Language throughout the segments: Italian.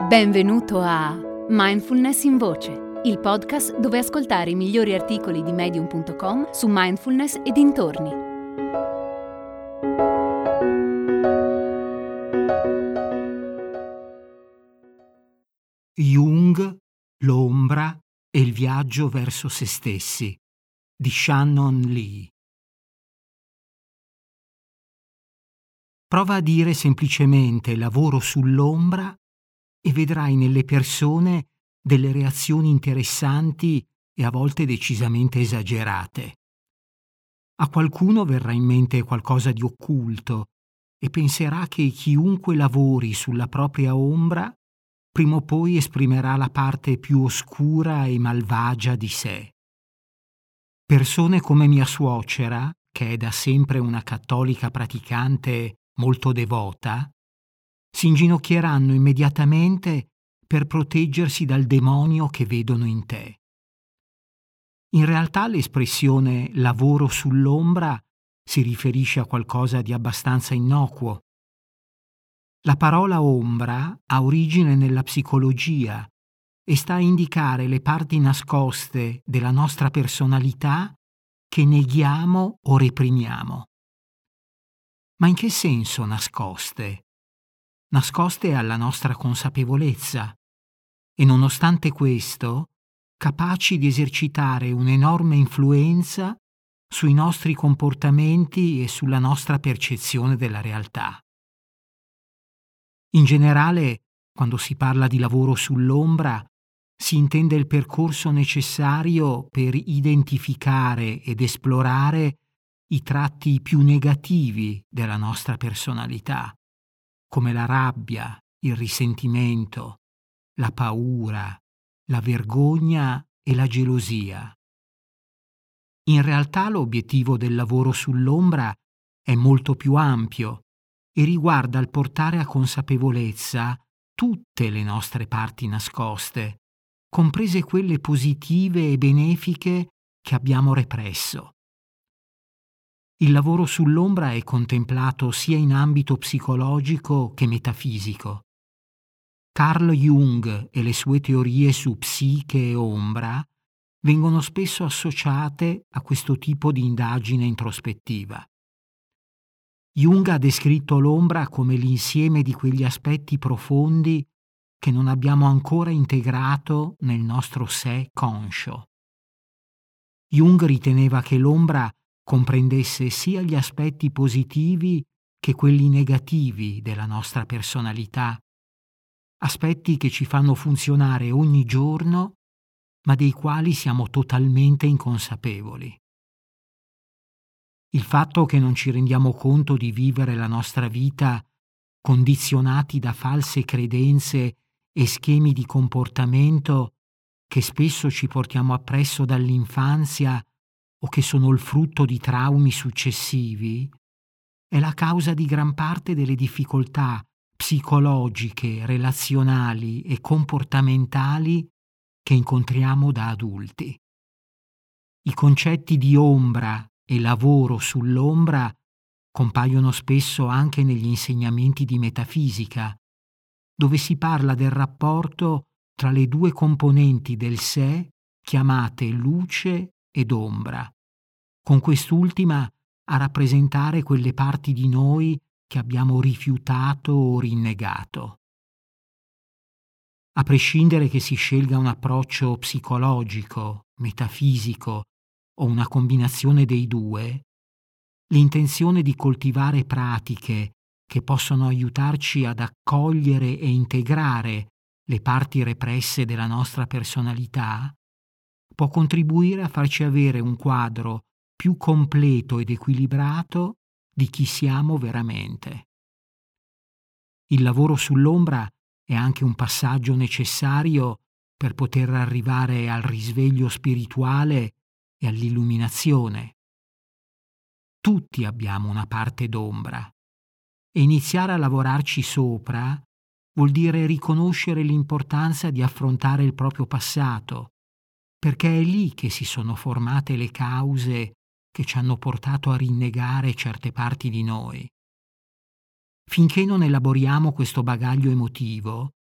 Benvenuto a Mindfulness in Voce, il podcast dove ascoltare i migliori articoli di Medium.com su mindfulness e dintorni. Jung, l'ombra e il viaggio verso se stessi di Shannon Lee. Prova a dire semplicemente lavoro sull'ombra e vedrai nelle persone delle reazioni interessanti e a volte decisamente esagerate. A qualcuno verrà in mente qualcosa di occulto e penserà che chiunque lavori sulla propria ombra prima o poi esprimerà la parte più oscura e malvagia di sé. Persone come mia suocera, che è da sempre una cattolica praticante molto devota, si inginocchieranno immediatamente per proteggersi dal demonio che vedono in te. In realtà l'espressione lavoro sull'ombra si riferisce a qualcosa di abbastanza innocuo. La parola ombra ha origine nella psicologia e sta a indicare le parti nascoste della nostra personalità che neghiamo o reprimiamo. Ma in che senso nascoste? Nascoste alla nostra consapevolezza e nonostante questo capaci di esercitare un'enorme influenza sui nostri comportamenti e sulla nostra percezione della realtà. In generale, quando si parla di lavoro sull'ombra, si intende il percorso necessario per identificare ed esplorare i tratti più negativi della nostra personalità, come la rabbia, il risentimento, la paura, la vergogna e la gelosia. In realtà l'obiettivo del lavoro sull'ombra è molto più ampio e riguarda il portare a consapevolezza tutte le nostre parti nascoste, comprese quelle positive e benefiche che abbiamo represso. Il lavoro sull'ombra è contemplato sia in ambito psicologico che metafisico. Carl Jung e le sue teorie su psiche e ombra vengono spesso associate a questo tipo di indagine introspettiva. Jung ha descritto l'ombra come l'insieme di quegli aspetti profondi che non abbiamo ancora integrato nel nostro sé conscio. Jung riteneva che l'ombra comprendesse sia gli aspetti positivi che quelli negativi della nostra personalità, aspetti che ci fanno funzionare ogni giorno, ma dei quali siamo totalmente inconsapevoli. Il fatto che non ci rendiamo conto di vivere la nostra vita condizionati da false credenze e schemi di comportamento che spesso ci portiamo appresso dall'infanzia o che sono il frutto di traumi successivi, è la causa di gran parte delle difficoltà psicologiche, relazionali e comportamentali che incontriamo da adulti. I concetti di ombra e lavoro sull'ombra compaiono spesso anche negli insegnamenti di metafisica, dove si parla del rapporto tra le due componenti del sé chiamate luce ed ombra, con quest'ultima a rappresentare quelle parti di noi che abbiamo rifiutato o rinnegato. A prescindere che si scelga un approccio psicologico, metafisico o una combinazione dei due, l'intenzione di coltivare pratiche che possono aiutarci ad accogliere e integrare le parti represse della nostra personalità può contribuire a farci avere un quadro più completo ed equilibrato di chi siamo veramente. Il lavoro sull'ombra è anche un passaggio necessario per poter arrivare al risveglio spirituale e all'illuminazione. Tutti abbiamo una parte d'ombra e iniziare a lavorarci sopra vuol dire riconoscere l'importanza di affrontare il proprio passato, perché è lì che si sono formate le cause che ci hanno portato a rinnegare certe parti di noi. Finché non elaboriamo questo bagaglio emotivo,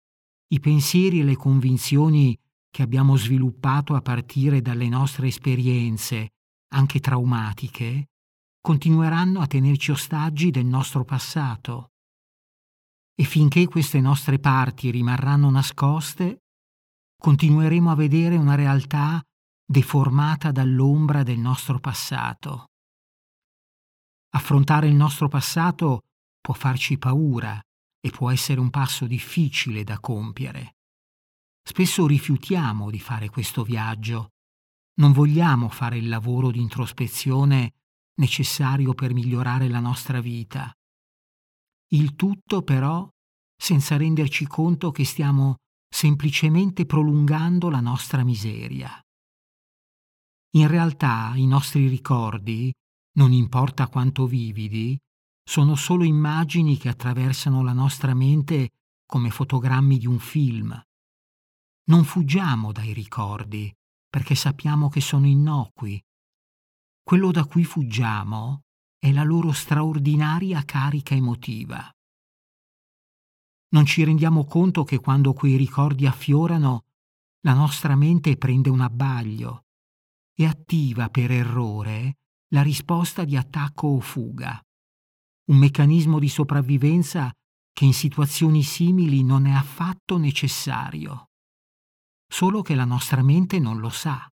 I pensieri e le convinzioni che abbiamo sviluppato a partire dalle nostre esperienze, anche traumatiche, continueranno a tenerci ostaggi del nostro passato. E finché queste nostre parti rimarranno nascoste, continueremo a vedere una realtà deformata dall'ombra del nostro passato. Affrontare il nostro passato può farci paura e può essere un passo difficile da compiere. Spesso rifiutiamo di fare questo viaggio. Non vogliamo fare il lavoro di introspezione necessario per migliorare la nostra vita. Il tutto, però, senza renderci conto che stiamo semplicemente prolungando la nostra miseria. In realtà, i nostri ricordi, non importa quanto vividi, sono solo immagini che attraversano la nostra mente come fotogrammi di un film. Non fuggiamo dai ricordi, perché sappiamo che sono innocui. Quello da cui fuggiamo è la loro straordinaria carica emotiva. Non ci rendiamo conto che quando quei ricordi affiorano, la nostra mente prende un abbaglio e attiva per errore la risposta di attacco o fuga, un meccanismo di sopravvivenza che in situazioni simili non è affatto necessario, solo che la nostra mente non lo sa.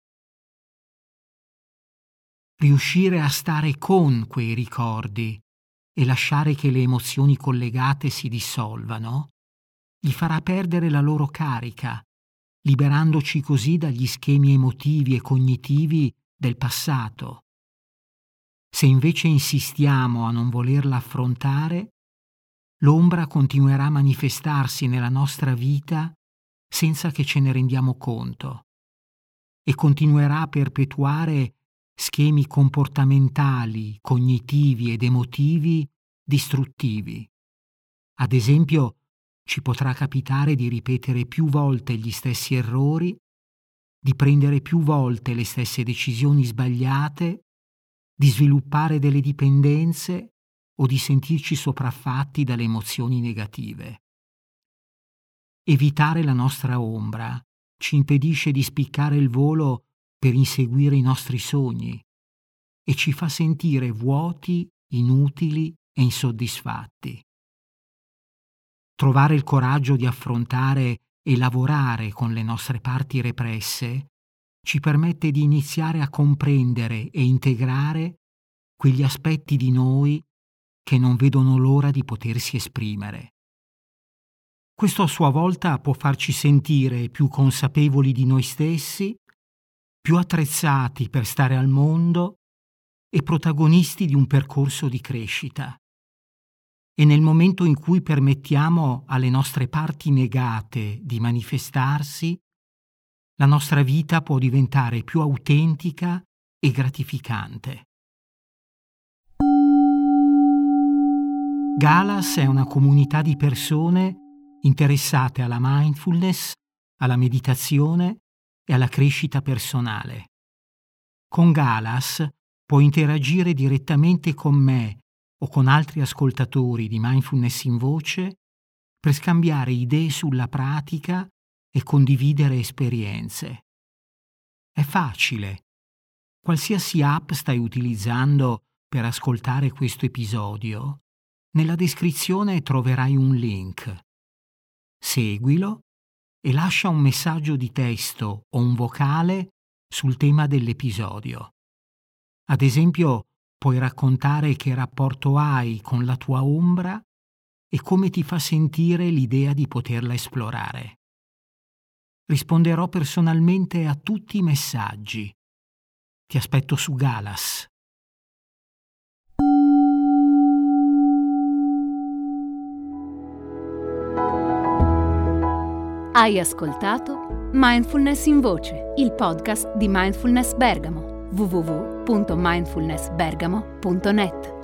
Riuscire a stare con quei ricordi e lasciare che le emozioni collegate si dissolvano gli farà perdere la loro carica, liberandoci così dagli schemi emotivi e cognitivi del passato. Se invece insistiamo a non volerla affrontare, l'ombra continuerà a manifestarsi nella nostra vita senza che ce ne rendiamo conto e continuerà a perpetuare schemi comportamentali, cognitivi ed emotivi distruttivi. Ad esempio, ci potrà capitare di ripetere più volte gli stessi errori, di prendere più volte le stesse decisioni sbagliate, di sviluppare delle dipendenze o di sentirci sopraffatti dalle emozioni negative. Evitare la nostra ombra ci impedisce di spiccare il volo per inseguire i nostri sogni e ci fa sentire vuoti, inutili e insoddisfatti. Trovare il coraggio di affrontare e lavorare con le nostre parti represse ci permette di iniziare a comprendere e integrare quegli aspetti di noi che non vedono l'ora di potersi esprimere. Questo a sua volta può farci sentire più consapevoli di noi stessi, più attrezzati per stare al mondo e protagonisti di un percorso di crescita. E nel momento in cui permettiamo alle nostre parti negate di manifestarsi, la nostra vita può diventare più autentica e gratificante. Galas è una comunità di persone interessate alla mindfulness, alla meditazione e alla crescita personale. Con Galas puoi interagire direttamente con me o con altri ascoltatori di Mindfulness in Voce per scambiare idee sulla pratica e condividere esperienze. È facile. Qualsiasi app stai utilizzando per ascoltare questo episodio, nella descrizione troverai un link. Seguilo e lascia un messaggio di testo o un vocale sul tema dell'episodio. Ad esempio, puoi raccontare che rapporto hai con la tua ombra e come ti fa sentire l'idea di poterla esplorare. Risponderò personalmente a tutti i messaggi. Ti aspetto su Galas. Hai ascoltato Mindfulness in Voce, il podcast di Mindfulness Bergamo. www.mindfulnessbergamo.net